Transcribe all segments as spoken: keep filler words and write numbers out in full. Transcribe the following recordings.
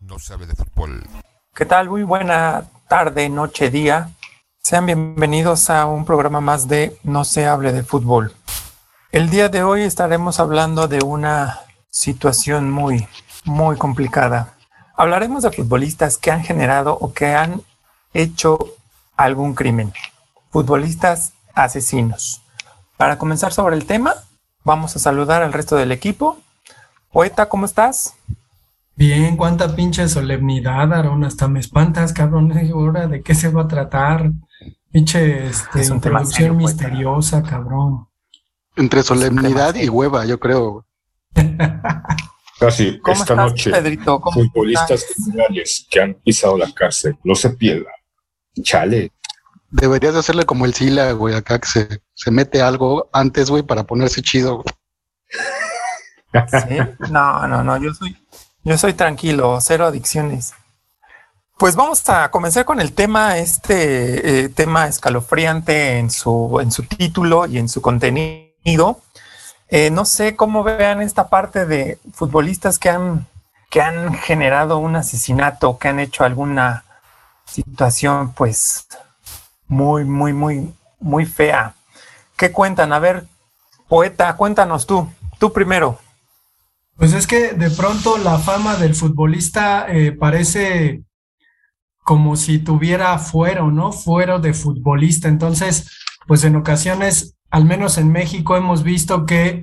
no sabe de fútbol. ¿Qué tal? Muy buena tarde, noche, día. Sean bienvenidos a un programa más de No se hable de fútbol. El día de hoy estaremos hablando de una situación muy, muy complicada. Hablaremos de futbolistas que han generado o que han hecho algún crimen. Futbolistas asesinos. Para comenzar sobre el tema, vamos a saludar al resto del equipo. Poeta, ¿cómo estás? Bien, cuánta pinche solemnidad, Aarón, hasta me espantas, cabrón. Ahora, ¿de qué se va a tratar? Pinche este, Es un tema introducción serio, poeta. misteriosa, cabrón. Entre solemnidad serio. y hueva, yo creo. Casi ¿Cómo esta estás, noche, Pedrito? ¿Cómo futbolistas estás? criminales que han pisado la cárcel, no se pierda. Chale. Deberías de hacerle como el Sila, güey, acá que se, se mete algo antes, güey, para ponerse chido, güey. ¿Sí? No, no, no, yo soy, yo soy tranquilo, cero adicciones. Pues vamos a comenzar con el tema, este eh, tema escalofriante en su, en su título y en su contenido. Eh, no sé cómo vean esta parte de futbolistas que han, que han generado un asesinato, que han hecho alguna situación, pues, muy, muy, muy, muy fea. ¿Qué cuentan? A ver, Poeta, cuéntanos tú, tú primero. Pues es que de pronto la fama del futbolista eh, parece como si tuviera fuero, ¿no? Fuero de futbolista. Entonces, pues en ocasiones, al menos en México, hemos visto que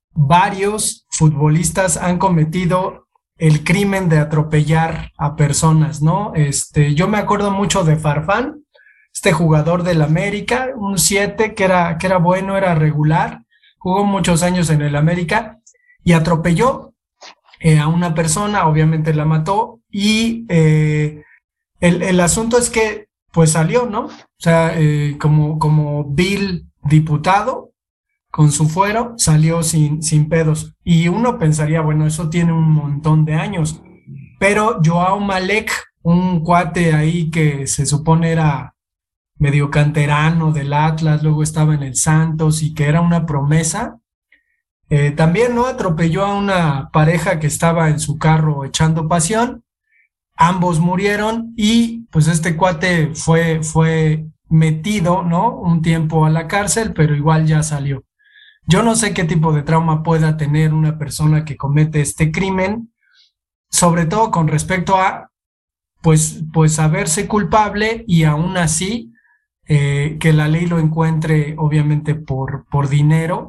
varios futbolistas han cometido el crimen de atropellar a personas, ¿no? Este, yo me acuerdo mucho de Farfán, este jugador del América, un siete que era, que era bueno, era regular, jugó muchos años en el América y atropelló eh, a una persona, obviamente la mató y eh, el, el asunto es que pues salió, ¿no? O sea, eh, como, como vil diputado, con su fuero, salió sin, sin pedos. Y uno pensaría, bueno, eso tiene un montón de años. Pero Joao Malek, un cuate ahí que se supone era medio canterano del Atlas, luego estaba en el Santos y que era una promesa, eh, también, ¿no? Atropelló a una pareja que estaba en su carro echando pasión. Ambos murieron y pues este cuate fue, fue metido, ¿no? Un tiempo a la cárcel, pero igual ya salió. Yo no sé qué tipo de trauma pueda tener una persona que comete este crimen, sobre todo con respecto a, pues, pues saberse culpable y aún así eh, que la ley lo encuentre, obviamente, por, por dinero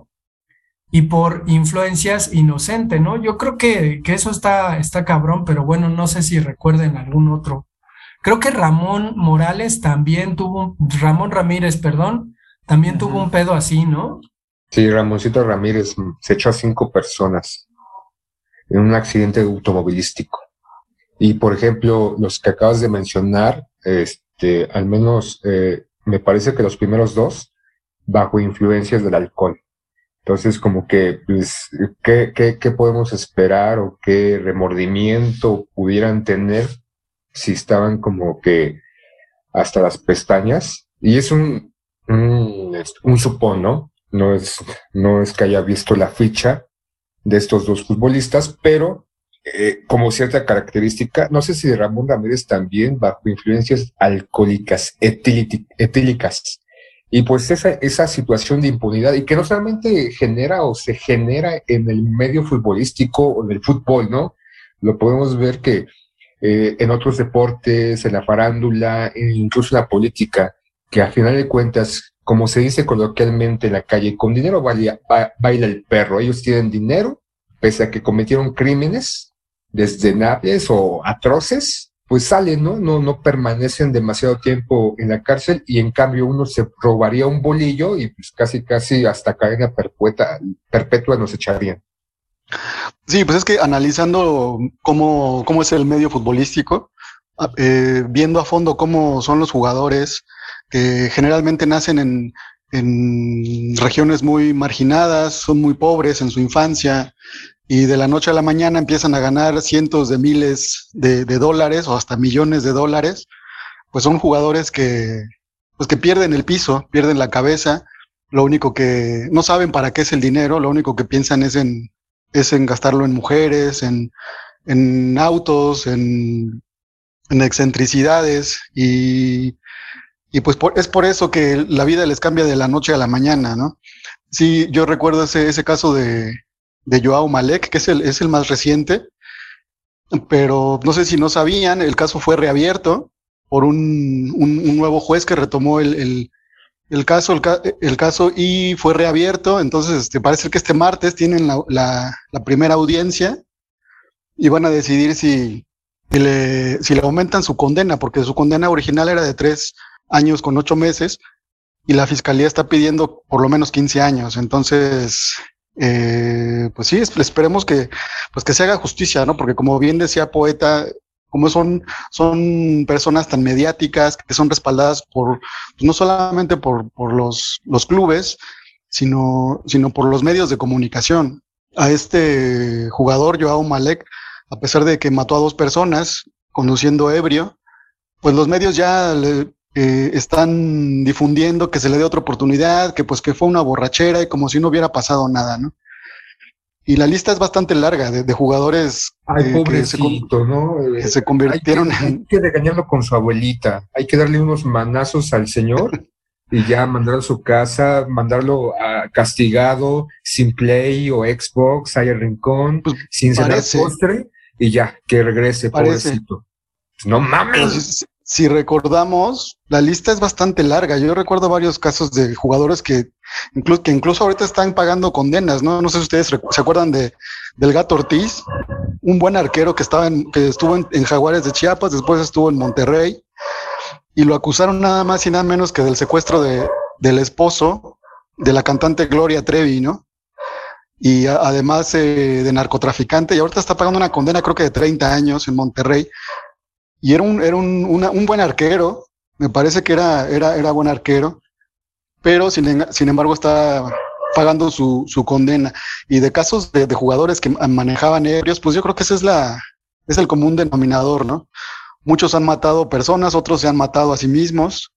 y por influencias inocente, ¿no? Yo creo que, que eso está, está cabrón, pero bueno, no sé si recuerden algún otro. Creo que Ramón Morales también tuvo, un, Ramón Ramírez, perdón, también uh-huh. tuvo un pedo así, ¿no? Sí, Ramoncito Ramírez se echó a cinco personas en un accidente automovilístico. Y, por ejemplo, los que acabas de mencionar, este, al menos eh, me parece que los primeros dos, bajo influencias del alcohol. Entonces, como que, pues, ¿qué, qué, qué podemos esperar o qué remordimiento pudieran tener si estaban como que hasta las pestañas? Y es un, un, un supón, ¿no? No es, no es que haya visto la ficha de estos dos futbolistas, pero eh, como cierta característica, no sé si de Ramón Ramírez también bajo influencias alcohólicas, etílic, etílicas. Y pues esa, esa situación de impunidad, y que no solamente genera o se genera en el medio futbolístico o en el fútbol, ¿no? Lo podemos ver que eh, en otros deportes, en la farándula, incluso en la política, que a final de cuentas, como se dice coloquialmente en la calle, con dinero baila, baila el perro. Ellos tienen dinero, pese a que cometieron crímenes desdenables o atroces, pues salen, ¿no? No, no permanecen demasiado tiempo en la cárcel y en cambio uno se robaría un bolillo y pues casi, casi hasta cadena perpetua, perpetua nos echarían. Sí, pues es que analizando cómo, cómo es el medio futbolístico, eh, viendo a fondo cómo son los jugadores que generalmente nacen en, en regiones muy marginadas, son muy pobres en su infancia y de la noche a la mañana empiezan a ganar cientos de miles de, de dólares o hasta millones de dólares, pues son jugadores que, pues que pierden el piso, pierden la cabeza, lo único que no saben para qué es el dinero, lo único que piensan es en, es en gastarlo en mujeres, en, en autos, en, en excentricidades, y, y pues por, es por eso que la vida les cambia de la noche a la mañana, ¿no? Sí, yo recuerdo ese, ese caso de, de Joao Malek, que es el, es el más reciente, pero no sé si no sabían, el caso fue reabierto por un, un, un nuevo juez que retomó el, el, el caso, el, el caso y fue reabierto. Entonces, este, parece que este martes tienen la, la, la primera audiencia y van a decidir si, si, le, si le aumentan su condena, porque su condena original era de tres años con ocho meses y la fiscalía está pidiendo por lo menos quince años. Entonces, eh, pues sí, esperemos que, pues que se haga justicia, ¿no? Porque como bien decía Poeta, como son, son personas tan mediáticas, que son respaldadas por, pues no solamente por, por los, los clubes, sino, sino por los medios de comunicación. A este jugador, Joao Malek, a pesar de que mató a dos personas conduciendo ebrio, pues los medios ya le, eh, están difundiendo que se le dé otra oportunidad, que pues que fue una borrachera y como si no hubiera pasado nada, ¿no? Y la lista es bastante larga de, de jugadores. Ay, eh, pobrecito, que se, ¿no? Que se convirtieron hay que, en... Hay que regañarlo con su abuelita. Hay que darle unos manazos al señor y ya mandarlo a su casa, mandarlo a castigado, sin Play o Xbox, ahí al rincón, pues sin cenar postre y ya, que regrese, parece. Pobrecito. Pues no mames. Si, si recordamos, la lista es bastante larga. Yo recuerdo varios casos de jugadores que incluso, que incluso ahorita están pagando condenas, ¿no? No sé si ustedes se acuerdan de del Gato Ortiz, un buen arquero que estaba en, que estuvo en, en Jaguares de Chiapas, después estuvo en Monterrey, y lo acusaron nada más y nada menos que del secuestro de, del esposo de la cantante Gloria Trevi, ¿no? Y a, además eh, de narcotraficante, y ahorita está pagando una condena creo que de treinta años en Monterrey, y era un, era un, una, un buen arquero, me parece que era, era, era buen arquero, pero sin, sin embargo está pagando su, su condena. Y de casos de, de jugadores que manejaban ebrios, pues yo creo que ese es, la, es el común denominador, ¿no? Muchos han matado personas, otros se han matado a sí mismos,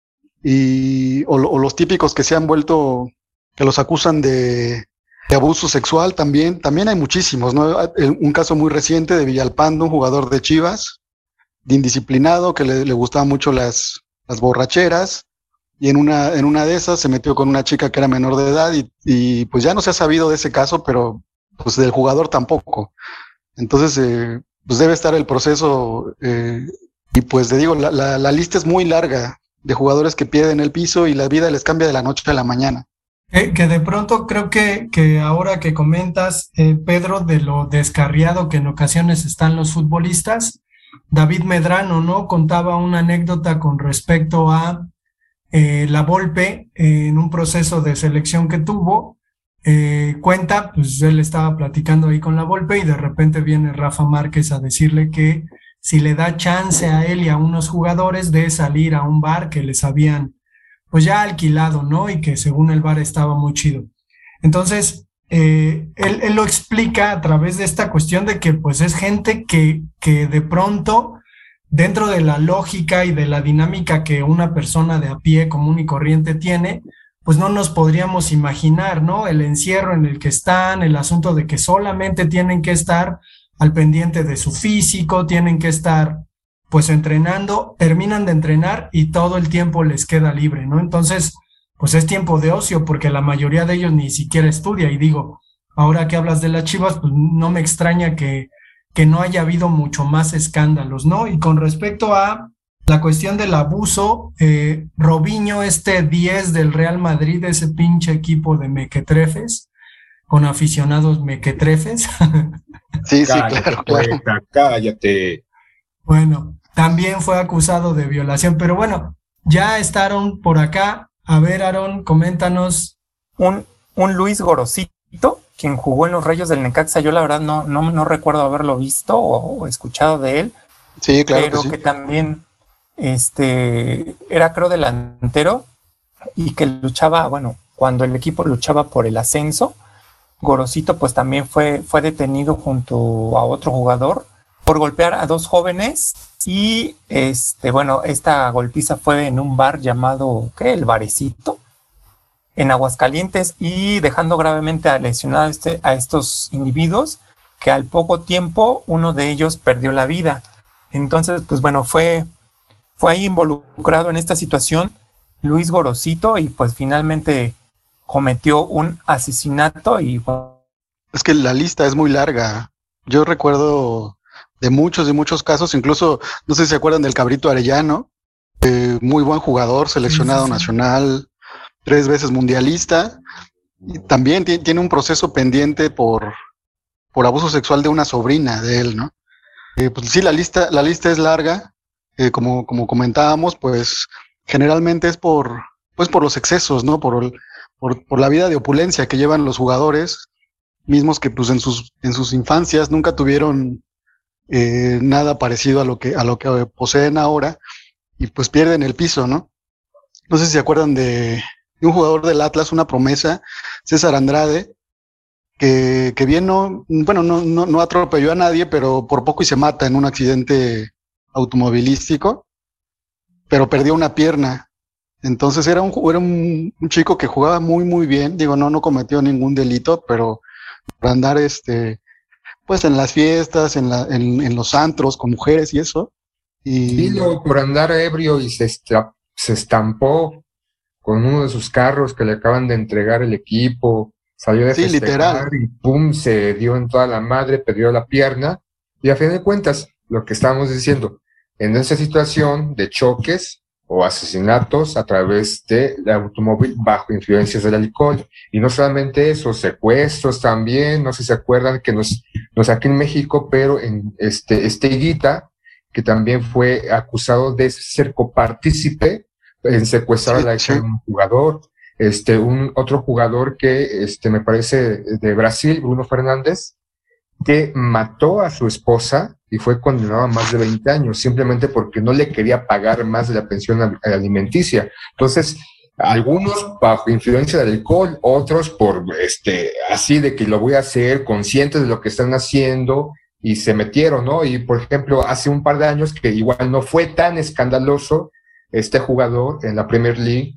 y, o, o los típicos que se han vuelto, que los acusan de, de abuso sexual también, también hay muchísimos, ¿no? Un caso muy reciente de Villalpando, un jugador de Chivas, de indisciplinado, que le, le gustaban mucho las, las borracheras, y en una, en una de esas se metió con una chica que era menor de edad, y, y pues ya no se ha sabido de ese caso, pero pues del jugador tampoco. Entonces, eh, pues debe estar el proceso, eh, y pues te digo, la, la, la lista es muy larga de jugadores que pierden el piso y la vida les cambia de la noche a la mañana. Que, que de pronto creo que, que ahora que comentas, eh, Pedro, de lo descarriado que en ocasiones están los futbolistas, David Medrano, ¿no? Contaba una anécdota con respecto a eh, la Volpe eh, en un proceso de selección que tuvo. Eh, cuenta, pues él estaba platicando ahí con la Volpe y de repente viene Rafa Márquez a decirle que si le da chance a él y a unos jugadores de salir a un bar que les habían pues ya alquilado, ¿no? Y que según el bar estaba muy chido. Entonces, eh, él, él lo explica a través de esta cuestión de que pues es gente que, que de pronto, dentro de la lógica y de la dinámica que una persona de a pie común y corriente tiene, pues no nos podríamos imaginar, ¿no? El encierro en el que están, el asunto de que solamente tienen que estar al pendiente de su físico, tienen que estar pues entrenando, terminan de entrenar y todo el tiempo les queda libre, ¿no? Entonces, pues es tiempo de ocio porque la mayoría de ellos ni siquiera estudia. Y digo, ahora que hablas de las Chivas, pues no me extraña que, que no haya habido mucho más escándalos, ¿no? Y con respecto a la cuestión del abuso, eh, Robinho, este diez del Real Madrid, ese pinche equipo de mequetrefes, con aficionados mequetrefes. Sí, sí, cállate, claro, claro. Poeta, cállate. Bueno, también fue acusado de violación, pero bueno, ya estaron por acá. A ver, Aarón, coméntanos. Un, un Luis Gorosito, quien jugó en los Rayos del Necaxa, yo la verdad no, no, no recuerdo haberlo visto o, o escuchado de él. Sí, claro pero que sí. que también este, era creo delantero y que luchaba, bueno, cuando el equipo luchaba por el ascenso, Gorosito pues también fue, fue detenido junto a otro jugador por golpear a dos jóvenes y este bueno, esta golpiza fue en un bar llamado, ¿qué? El Barecito, en Aguascalientes, y dejando gravemente a lesionado a, este, a estos individuos que al poco tiempo uno de ellos perdió la vida. Entonces, pues bueno, fue, fue ahí involucrado en esta situación Luis Gorosito y pues finalmente cometió un asesinato y... Es que la lista es muy larga. Yo recuerdo de muchos y muchos casos, incluso, no sé si se acuerdan del Cabrito Arellano, eh, muy buen jugador, seleccionado sí, sí, sí. nacional, tres veces mundialista, y también t- tiene un proceso pendiente por, por abuso sexual de una sobrina de él, ¿no? Eh, pues sí, la lista, la lista es larga, eh, como, como comentábamos, pues generalmente es por, pues por los excesos, ¿no? Por, por, por la vida de opulencia que llevan los jugadores, mismos que pues en sus, en sus infancias nunca tuvieron eh, nada parecido a lo que, a lo que poseen ahora, y pues pierden el piso, ¿no? No sé si se acuerdan de, de un jugador del Atlas, una promesa, César Andrade, que, que bien no, bueno, no, no, no atropelló a nadie, pero por poco y se mata en un accidente automovilístico, pero perdió una pierna. Entonces era un, era un, un chico que jugaba muy, muy bien. Digo, no, no cometió ningún delito, pero por andar, este, pues en las fiestas, en, la, en, en los antros, con mujeres y eso. Y... Sí, lo, por andar ebrio y se, estra, se estampó con uno de sus carros que le acaban de entregar el equipo. Salió de sí, festejar literal. y pum, se dio en toda la madre, perdió la pierna. Y a fin de cuentas, lo que estábamos diciendo, en esa situación de choques o asesinatos a través del automóvil bajo influencias del alcohol. Y no solamente eso, secuestros también, no sé si se acuerdan que nos, nos aquí en México, pero en este, este Higuita, que también fue acusado de ser copartícipe en secuestrar sí, a la hija sí. de un jugador. Este, un otro jugador que este, me parece de Brasil, Bruno Fernández, que mató a su esposa y fue condenado a más de veinte años, simplemente porque no le quería pagar más de la pensión alimenticia. Entonces, algunos bajo influencia del alcohol, otros por este, así de que lo voy a hacer, conscientes de lo que están haciendo, y se metieron, ¿no? Y por ejemplo, hace un par de años que igual no fue tan escandaloso este jugador en la Premier League,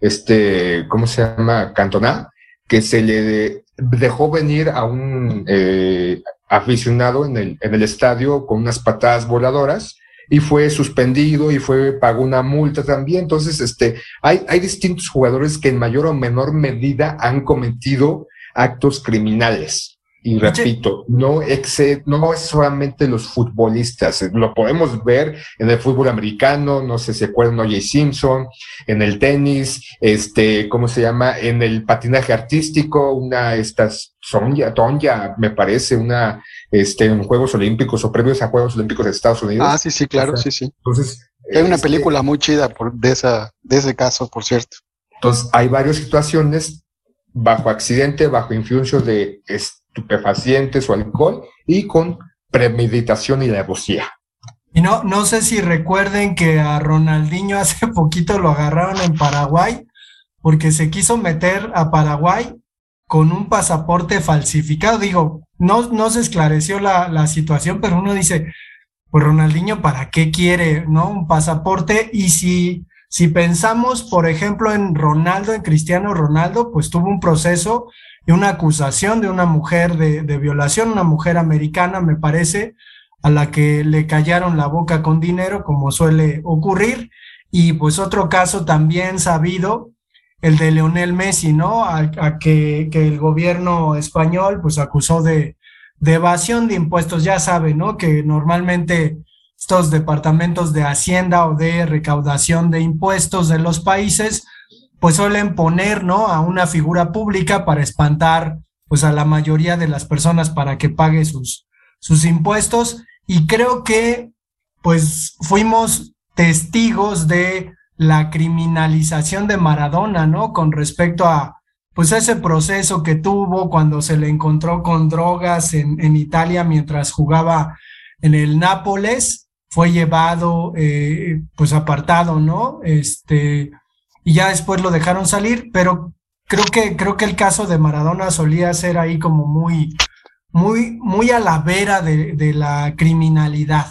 este, ¿cómo se llama? Cantona, que se le de, dejó venir a un eh, aficionado en el, en el estadio con unas patadas voladoras y fue suspendido y fue, pagó una multa también. Entonces, este, hay, hay distintos jugadores que en mayor o menor medida han cometido actos criminales. Y repito, no, exe, no es solamente los futbolistas, lo podemos ver en el fútbol americano, no sé si se acuerdan, O J Simpson, en el tenis, este, ¿cómo se llama? En el patinaje artístico, una, estas, Sonja, Tonja, me parece, una, este, en Juegos Olímpicos o previos a Juegos Olímpicos de Estados Unidos. Ah, sí, sí, claro, o sea, sí, sí. Entonces, hay una este, película muy chida por, de, esa, de ese caso, por cierto. Entonces, hay varias situaciones bajo accidente, bajo influencia de estupefacientes o alcohol y con premeditación y alevosía. Y no, no sé si recuerden que a Ronaldinho hace poquito lo agarraron en Paraguay porque se quiso meter a Paraguay con un pasaporte falsificado. Digo, no, no se esclareció la, la situación, pero uno dice, pues Ronaldinho, ¿para qué quiere, no, un pasaporte? Y si... Si pensamos, por ejemplo, en Ronaldo, en Cristiano Ronaldo, pues tuvo un proceso y una acusación de una mujer de, de violación, una mujer americana, me parece, a la que le callaron la boca con dinero, como suele ocurrir. Y pues otro caso también sabido, el de Lionel Messi, ¿no? A, a que, que el gobierno español pues acusó de, de evasión de impuestos. Ya saben, ¿no? Que normalmente estos departamentos de Hacienda o de recaudación de impuestos de los países, pues suelen poner, ¿no?, a una figura pública para espantar, pues, a la mayoría de las personas para que pague sus, sus impuestos. Y creo que, pues, fuimos testigos de la criminalización de Maradona, ¿no?, con respecto a, pues, ese proceso que tuvo cuando se le encontró con drogas en, en Italia mientras jugaba en el Nápoles. Fue llevado, eh, pues apartado, ¿no? Este, y ya después lo dejaron salir, pero creo que, creo que el caso de Maradona solía ser ahí como muy, muy, muy a la vera de, de la criminalidad.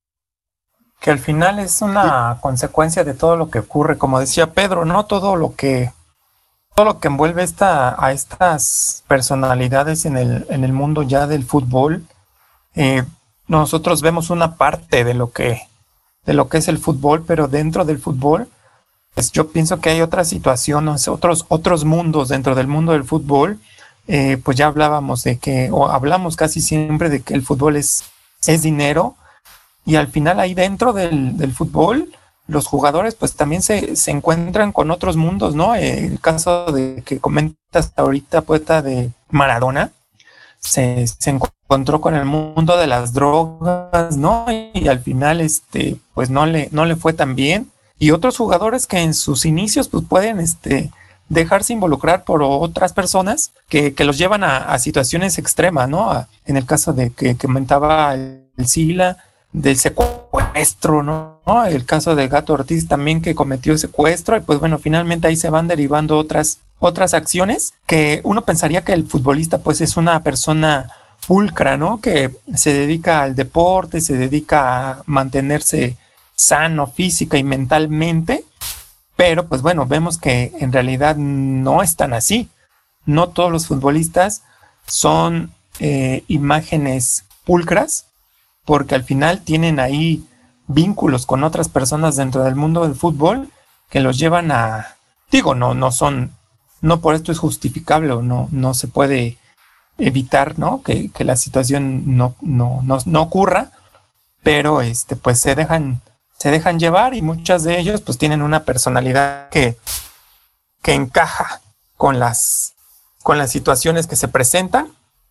Que al final es una sí. consecuencia de todo lo que ocurre, como decía Pedro, ¿no? Todo lo que, todo lo que envuelve esta, a estas personalidades en el, en el mundo ya del fútbol, eh, nosotros vemos una parte de lo que, de lo que es el fútbol, pero dentro del fútbol, pues yo pienso que hay otras situaciones, otros, otros mundos dentro del mundo del fútbol. Eh, pues ya hablábamos de que, o hablamos casi siempre de que el fútbol es, es dinero, y al final ahí dentro del, del fútbol, los jugadores pues también se, se encuentran con otros mundos, ¿no? Eh, el caso de que comentas ahorita, poeta, de Maradona, se, se encontró con el mundo de las drogas, ¿no? Y, y al final, este, pues no le, no le fue tan bien. Y otros jugadores que en sus inicios pues pueden, este, dejarse involucrar por otras personas que, que los llevan a, a situaciones extremas, ¿no? A, en el caso de que, que comentaba el, el Sila, del secuestro, ¿no? El caso de Gato Ortiz también, que cometió secuestro, y pues bueno, finalmente ahí se van derivando otras, otras acciones que uno pensaría que el futbolista pues es una persona pulcra, ¿no? Que se dedica al deporte, se dedica a mantenerse sano física y mentalmente. Pero pues bueno, vemos que en realidad no es tan así. No todos los futbolistas son eh, imágenes pulcras, porque al final tienen ahí vínculos con otras personas dentro del mundo del fútbol que los llevan a... Digo, no, no son... No por esto es justificable, o no, no se puede evitar, ¿no? Que, que la situación no, no, no, no ocurra, pero este, pues se dejan... se dejan llevar, y muchos de ellos pues tienen una personalidad que, que encaja con las, con las situaciones que se presentan,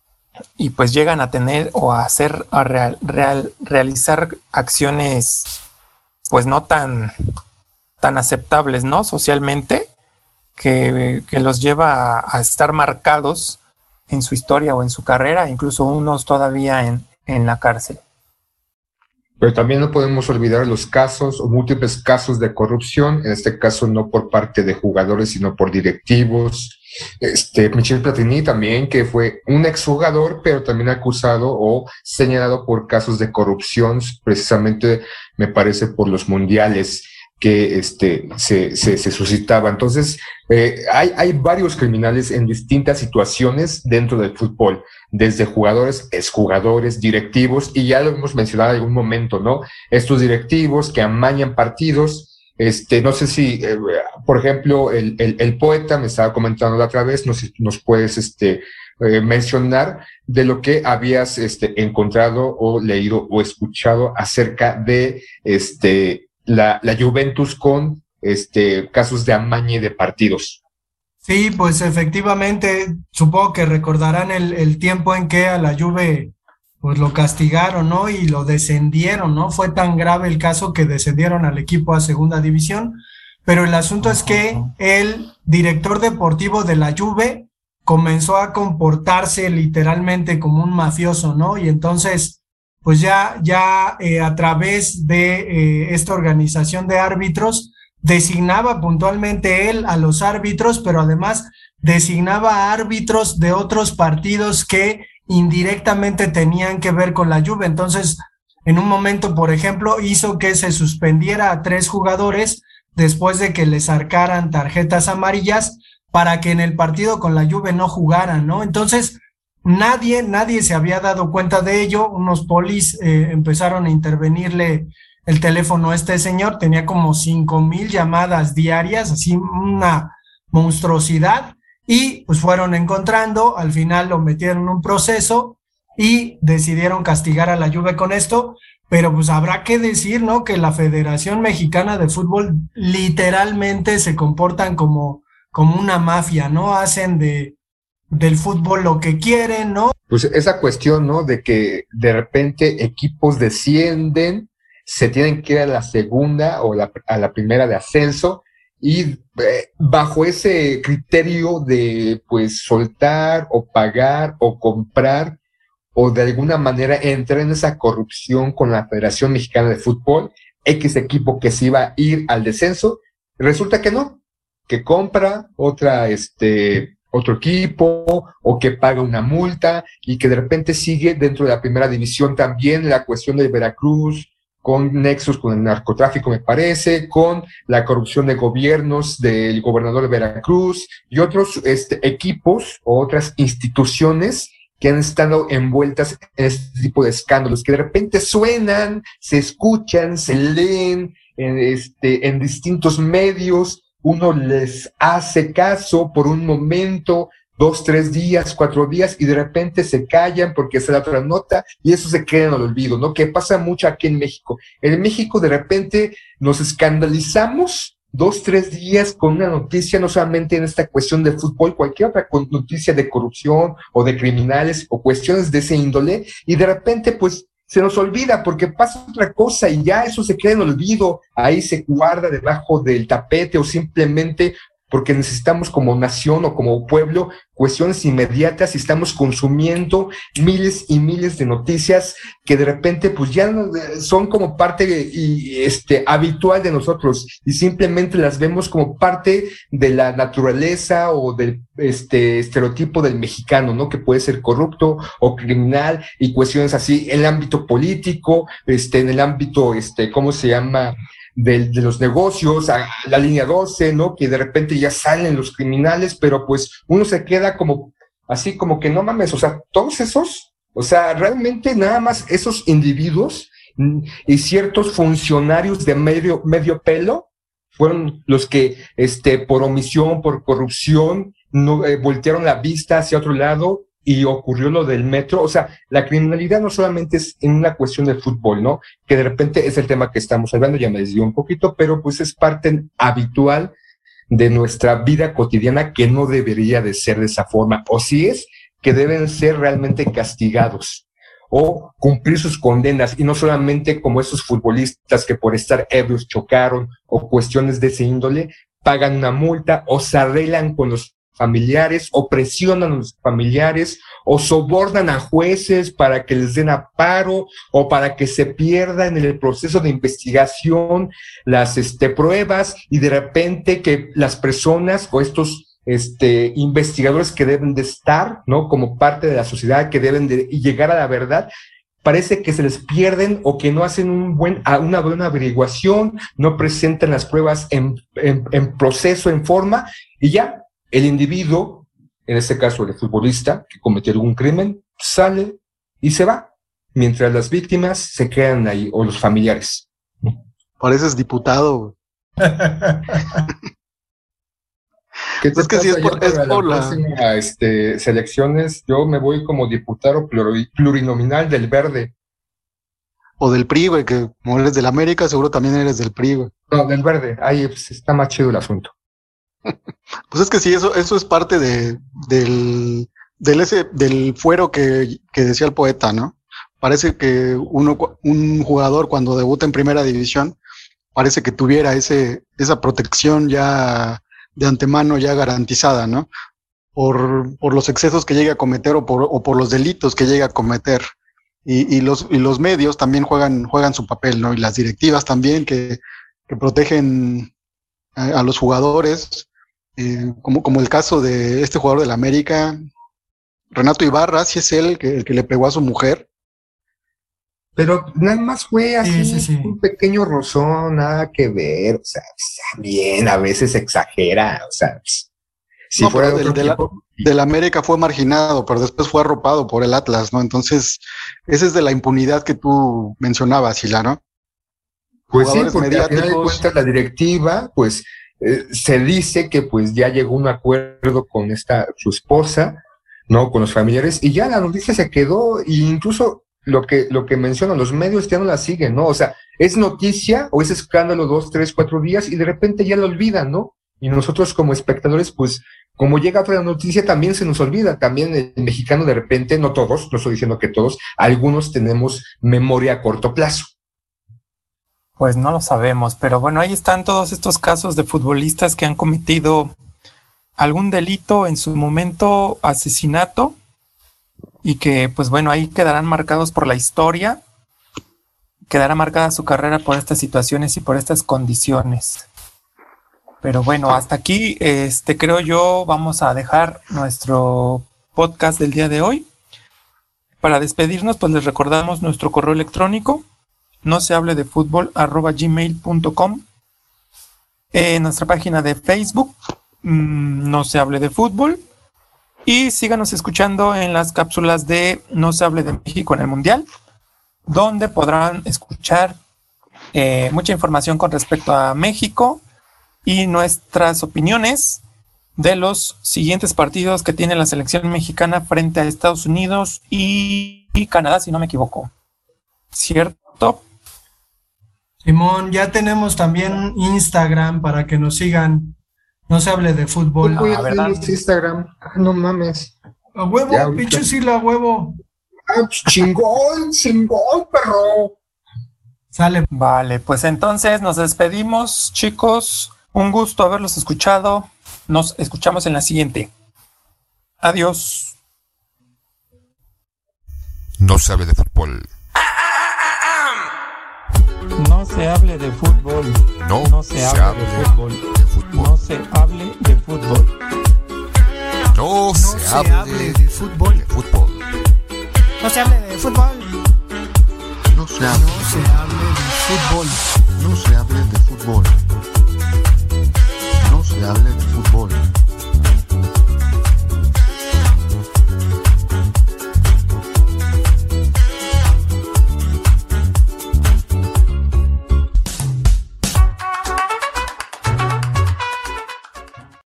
y pues llegan a tener o a hacer, a real, real, realizar acciones pues no tan, tan aceptables, ¿no? Socialmente, que, que los lleva a, a estar marcados en su historia o en su carrera, incluso unos todavía en, en la cárcel. Pero también no podemos olvidar los casos o múltiples casos de corrupción, en este caso no por parte de jugadores, sino por directivos. Este, Michel Platini también, que fue un exjugador, pero también acusado o señalado por casos de corrupción, precisamente me parece por los mundiales que este, se, se, se suscitaba. Entonces, eh, hay, hay varios criminales en distintas situaciones dentro del fútbol, desde jugadores, exjugadores, directivos, y ya lo hemos mencionado en algún momento, ¿no? Estos directivos que amañan partidos. Este, no sé si, eh, por ejemplo, el, el, el poeta me estaba comentando la otra vez, no sé si nos puedes este, eh, mencionar de lo que habías este, encontrado o leído o escuchado acerca de este, la, la Juventus con este, casos de amañe de partidos. Sí, pues efectivamente, supongo que recordarán el, el tiempo en que a la Juve pues lo castigaron, ¿no? Y lo descendieron, ¿no? Fue tan grave el caso que descendieron al equipo a segunda división, pero el asunto es que el director deportivo de la Juve comenzó a comportarse literalmente como un mafioso, ¿no? Y entonces, pues ya, ya eh, a través de eh, esta organización de árbitros, designaba puntualmente él a los árbitros, pero además designaba árbitros de otros partidos que indirectamente tenían que ver con la Juve. Entonces, en un momento, por ejemplo, hizo que se suspendiera a tres jugadores después de que les arcaran tarjetas amarillas para que en el partido con la Juve no jugaran, ¿no? Entonces, nadie, nadie se había dado cuenta de ello. Unos polis eh, empezaron a intervenirle el teléfono a este señor, tenía como cinco mil llamadas diarias, así una monstruosidad. Y pues fueron encontrando, al final lo metieron en un proceso y decidieron castigar a la Juve con esto, pero pues habrá que decir, ¿no? Que la Federación Mexicana de Fútbol literalmente se comportan como, como una mafia, ¿no? Hacen de, del fútbol lo que quieren, ¿no? Pues esa cuestión, ¿no? De que de repente equipos descienden, se tienen que ir a la segunda o la, a la primera de ascenso, y eh, bajo ese criterio de pues soltar o pagar o comprar o de alguna manera entrar en esa corrupción con la Federación Mexicana de Fútbol, X equipo que se iba a ir al descenso, resulta que no, que compra otra, este, otro equipo o que paga una multa y que de repente sigue dentro de la primera división también la cuestión de Veracruz, con nexos con el narcotráfico, me parece, con la corrupción de gobiernos del gobernador de Veracruz y otros este, equipos o otras instituciones que han estado envueltas en este tipo de escándalos, que de repente suenan, se escuchan, se leen en, este, en distintos medios, uno les hace caso por un momento, dos, tres días, cuatro días, y de repente se callan porque sale otra nota y eso se queda en el olvido, ¿no? Que pasa mucho aquí en México. En México de repente nos escandalizamos dos, tres días con una noticia, no solamente en esta cuestión de fútbol, cualquier otra noticia de corrupción o de criminales o cuestiones de ese índole, y de repente pues se nos olvida porque pasa otra cosa y ya eso se queda en olvido, ahí se guarda debajo del tapete o simplemente porque necesitamos como nación o como pueblo cuestiones inmediatas y estamos consumiendo miles y miles de noticias que de repente pues ya son como parte y, este, habitual de nosotros y simplemente las vemos como parte de la naturaleza o del este, estereotipo del mexicano, ¿no? Que puede ser corrupto o criminal y cuestiones así en el ámbito político, este, en el ámbito, este, ¿cómo se llama?, De, de los negocios, a la línea doce, ¿no? Que de repente ya salen los criminales, pero pues uno se queda como, así como que no mames, o sea, todos esos, o sea, realmente nada más esos individuos y ciertos funcionarios de medio, medio pelo fueron los que, este, por omisión, por corrupción, no, eh, voltearon la vista hacia otro lado y ocurrió lo del metro. O sea, la criminalidad no solamente es en una cuestión de fútbol, ¿no? Que de repente es el tema que estamos hablando, ya me desvió un poquito, pero pues es parte habitual de nuestra vida cotidiana que no debería de ser de esa forma, o si es, que deben ser realmente castigados o cumplir sus condenas, y no solamente como esos futbolistas que por estar ebrios chocaron o cuestiones de ese índole, pagan una multa o se arreglan con los familiares o presionan a los familiares o sobornan a jueces para que les den amparo o para que se pierda en el proceso de investigación las este, pruebas, y de repente que las personas o estos este, investigadores que deben de estar, ¿no? Como parte de la sociedad, que deben de llegar a la verdad, parece que se les pierden o que no hacen un buen, una buena averiguación, no presentan las pruebas en, en, en proceso, en forma, y ya el individuo, en este caso el futbolista, que cometió algún crimen, sale y se va, mientras las víctimas se quedan ahí, o los familiares. Pareces diputado. ¿Qué te es que pasa si es por, ya es para por la la... próxima, este, selecciones? Yo me voy como diputado pluri, plurinominal del Verde. O del P R I, güey, que como eres del América, seguro también eres del P R I, güey. No, del Verde. Ahí pues, está más chido el asunto. Pues es que sí, eso, eso es parte de, del, del, ese, del fuero que, que decía el poeta, ¿no? Parece que uno, un jugador cuando debuta en primera división, parece que tuviera ese, esa protección ya de antemano ya garantizada, ¿no? Por, por los excesos que llegue a cometer o por, o por los delitos que llegue a cometer. Y, y, los, y los medios también juegan, juegan su papel, ¿no? Y las directivas también que, que protegen a, a los jugadores. Eh, como, como el caso de este jugador del América, Renato Ibarra, si es él el que, el que le pegó a su mujer. Pero nada más fue así, Sí, sí, sí. un pequeño rozón, nada que ver, o sea, también a veces exagera, o sea, si No, fuera pero de del, otro del, tiempo, del América fue marginado, pero después fue arropado por el Atlas, ¿no? Entonces, esa es de la impunidad que tú mencionabas, Hila, ¿no? pues sí, Jugadores porque al final de mediáticos. cuentas la directiva, pues, eh, se dice que pues ya llegó a un acuerdo con esta, su esposa, ¿no? Con los familiares, y ya la noticia se quedó, e incluso lo que, lo que mencionan los medios ya no la siguen, ¿no? O sea, es noticia o es escándalo dos, tres, cuatro días y de repente ya lo olvidan, ¿no? Y nosotros como espectadores, pues, como llega otra noticia, también se nos olvida. También el mexicano de repente, no todos, no estoy diciendo que todos, algunos tenemos memoria a corto plazo. Pues no lo sabemos, pero bueno, ahí están todos estos casos de futbolistas que han cometido algún delito, en su momento asesinato, y que pues bueno, ahí quedarán marcados por la historia, quedará marcada su carrera por estas situaciones y por estas condiciones. Pero bueno, hasta aquí, este, creo yo, vamos a dejar nuestro podcast del día de hoy. Para despedirnos, pues les recordamos nuestro correo electrónico, no se hable de fútbol arroba gmail punto com, eh, nuestra página de Facebook, mmm, no se hable de fútbol, Y síganos escuchando en las cápsulas de No se hable de México en el Mundial, donde podrán escuchar eh, mucha información con respecto a México y nuestras opiniones de los siguientes partidos que tiene la selección mexicana frente a Estados Unidos y, y Canadá, si no me equivoco. ¿Cierto? Simón, ya tenemos también Instagram para que nos sigan. No se hable de fútbol. Voy a Ah, ¿verdad? hacer Instagram. Ah, no mames. A huevo, Ya, ahorita. pinche sí, la huevo. Ah, chingón, chingón, perro. Sale. Vale, pues entonces nos despedimos, chicos. Un gusto haberlos escuchado. Nos escuchamos en la siguiente. Adiós. No se hable de fútbol. No se hable de fútbol. No, No se hable de fútbol. de fútbol. No se hable de fútbol. No, se, hable de fútbol. De fútbol. No se hable de fútbol. No se hable, No se hable de fútbol. no se hable de fútbol. No se hable de fútbol.